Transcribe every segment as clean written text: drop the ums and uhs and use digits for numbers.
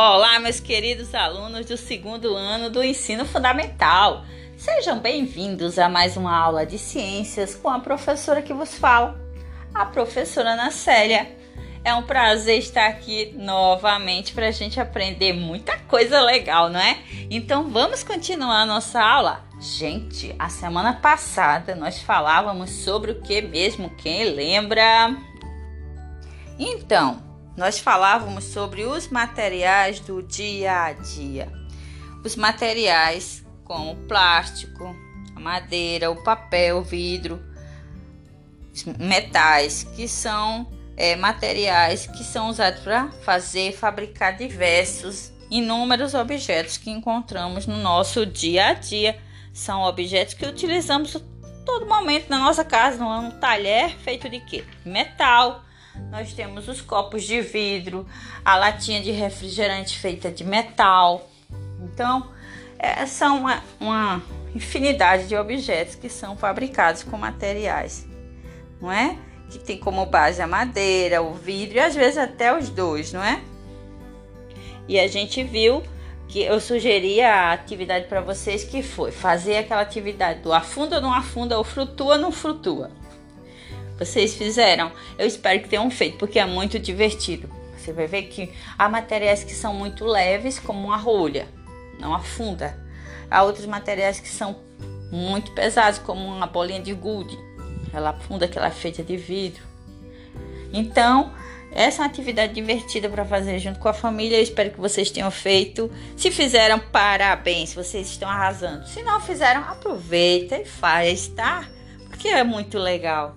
Olá, meus queridos alunos do segundo ano do ensino fundamental. Sejam bem-vindos a mais uma aula de ciências com a professora que vos fala, a professora Ana Célia. É um prazer estar aqui novamente para a gente aprender muita coisa legal, não é? Então vamos continuar a nossa aula? Gente, a semana passada nós falávamos sobre o que mesmo? Quem lembra? Então, nós falávamos sobre os materiais do dia a dia. Os materiais como o plástico, a madeira, o papel, o vidro, os metais, que são materiais que são usados para fabricar diversos, inúmeros objetos que encontramos no nosso dia a dia. São objetos que utilizamos todo momento na nossa casa, um talher feito de quê? Metal. Nós temos os copos de vidro, a latinha de refrigerante feita de metal. Então, são uma infinidade de objetos que são fabricados com materiais, não é? Que tem como base a madeira, o vidro e às vezes até os dois, não é? E a gente viu que eu sugeri a atividade para vocês, que foi fazer aquela atividade do afunda ou não afunda, ou flutua ou não flutua. Vocês fizeram? Eu espero que tenham feito, porque é muito divertido. Você vai ver que há materiais que são muito leves, como uma rolha, não afunda. Há outros materiais que são muito pesados, como uma bolinha de gude. Ela afunda, que ela é feita de vidro. Então, essa é uma atividade divertida para fazer junto com a família. Eu espero que vocês tenham feito. Se fizeram, parabéns, vocês estão arrasando. Se não fizeram, aproveita e faz, tá? Porque é muito legal.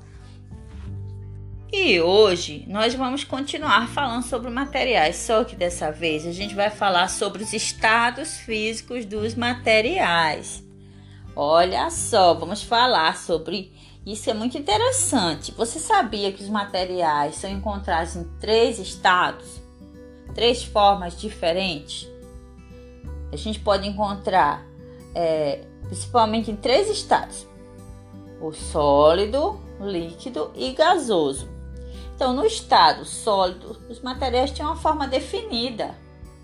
E hoje nós vamos continuar falando sobre materiais, só que dessa vez a gente vai falar sobre os estados físicos dos materiais. Olha só, vamos falar sobre isso, é muito interessante. Você sabia que os materiais são encontrados em 3 estados? 3 formas diferentes? A gente pode encontrar principalmente em 3 estados: o sólido, o líquido e gasoso. Então, no estado sólido, os materiais têm uma forma definida.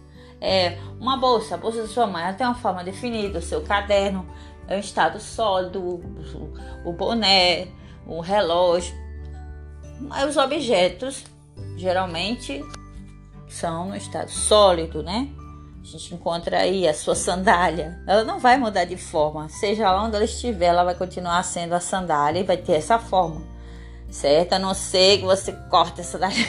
Uma bolsa, a bolsa da sua mãe, ela tem uma forma definida. O seu caderno é um estado sólido, o boné, o relógio. Os objetos, geralmente, são no estado sólido, né? A gente encontra aí a sua sandália. Ela não vai mudar de forma. Seja lá onde ela estiver, ela vai continuar sendo a sandália e vai ter essa forma. Certo? A não ser que você corte essa daí,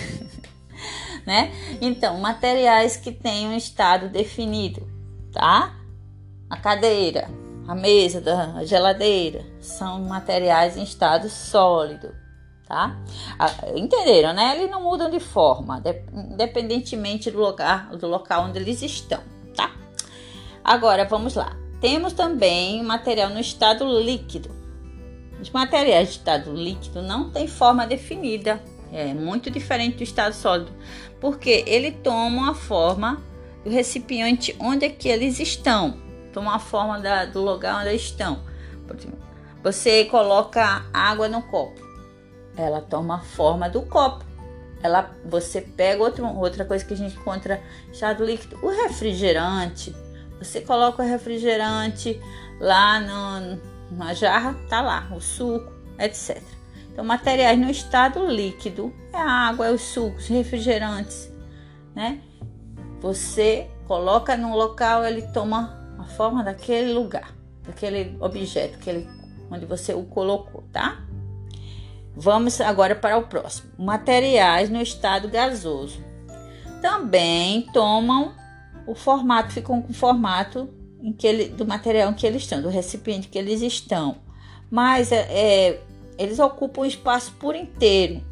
né? Então, materiais que têm um estado definido, tá? A cadeira, a mesa, a geladeira, são materiais em estado sólido, tá? Entenderam, né? Eles não mudam de forma, independentemente do local onde eles estão, tá? Agora, vamos lá. Temos também material no estado líquido. Os materiais de estado líquido não têm forma definida, é muito diferente do estado sólido, porque ele toma a forma do recipiente onde é que eles estão, toma a forma do lugar onde eles estão. Por exemplo, você coloca água no copo, ela toma a forma do copo. Você pega outra coisa que a gente encontra em estado líquido, o refrigerante. Você coloca o refrigerante lá na jarra, tá lá o suco, etc. Então, materiais no estado líquido é a água, é os sucos, refrigerantes, né? Você coloca num local, ele toma a forma daquele lugar, daquele objeto, onde você o colocou, tá? Vamos agora para o próximo. Materiais no estado gasoso também tomam o formato, ficam com o formato do material em que eles estão, do recipiente que eles estão, mas eles ocupam o espaço por inteiro.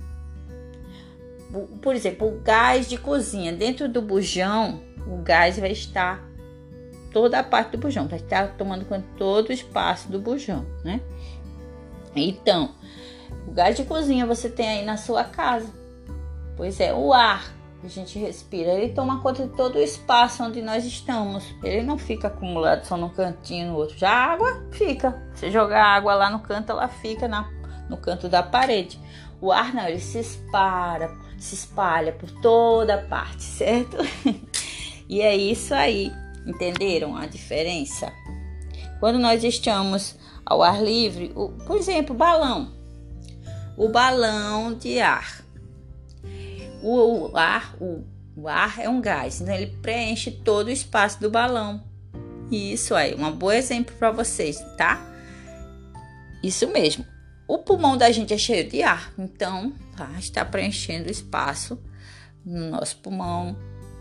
Por exemplo, o gás de cozinha, dentro do bujão, o gás vai estar toda a parte do bujão, vai estar tomando conta de todo o espaço do bujão, né? Então, o gás de cozinha você tem aí na sua casa. Pois é, o ar que a gente respira, ele toma conta de todo o espaço onde nós estamos. Ele não fica acumulado só num cantinho, no outro. Já a água fica. Você jogar a água lá no canto, ela fica no canto da parede. O ar não, ele se espalha por toda parte, certo? E é isso aí, entenderam a diferença? Quando nós estamos ao ar livre, por exemplo, o balão de ar. O ar é um gás, então ele preenche todo o espaço do balão. Isso aí, um bom exemplo para vocês, tá? Isso mesmo. O pulmão da gente é cheio de ar, então está preenchendo o espaço no nosso pulmão.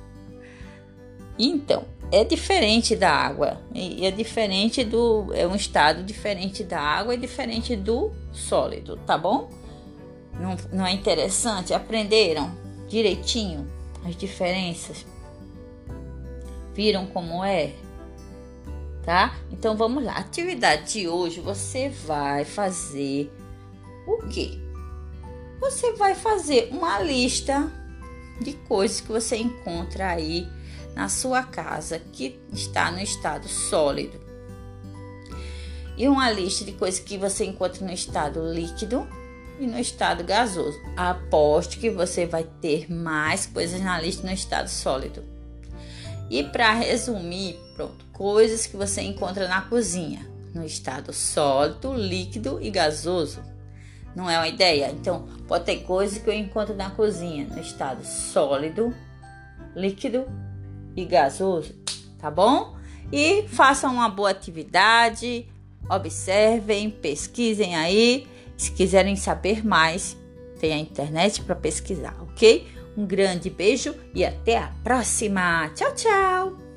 Então, é diferente da água, é um estado diferente da água e diferente do sólido, tá bom? Não é interessante? Aprenderam direitinho as diferenças? Viram como é? Tá? Então vamos lá. A atividade de hoje você vai fazer o quê? Você vai fazer uma lista de coisas que você encontra aí na sua casa que está no estado sólido. E uma lista de coisas que você encontra no estado líquido e no estado gasoso. Aposto que você vai ter mais coisas na lista no estado sólido. E para resumir, pronto, coisas que você encontra na cozinha, no estado sólido, líquido e gasoso. Não é uma ideia? Então, pode ter coisas que eu encontro na cozinha, no estado sólido, líquido e gasoso, tá bom? E façam uma boa atividade, observem, pesquisem aí. Se quiserem saber mais, tem a internet para pesquisar, ok? Um grande beijo e até a próxima. Tchau, tchau!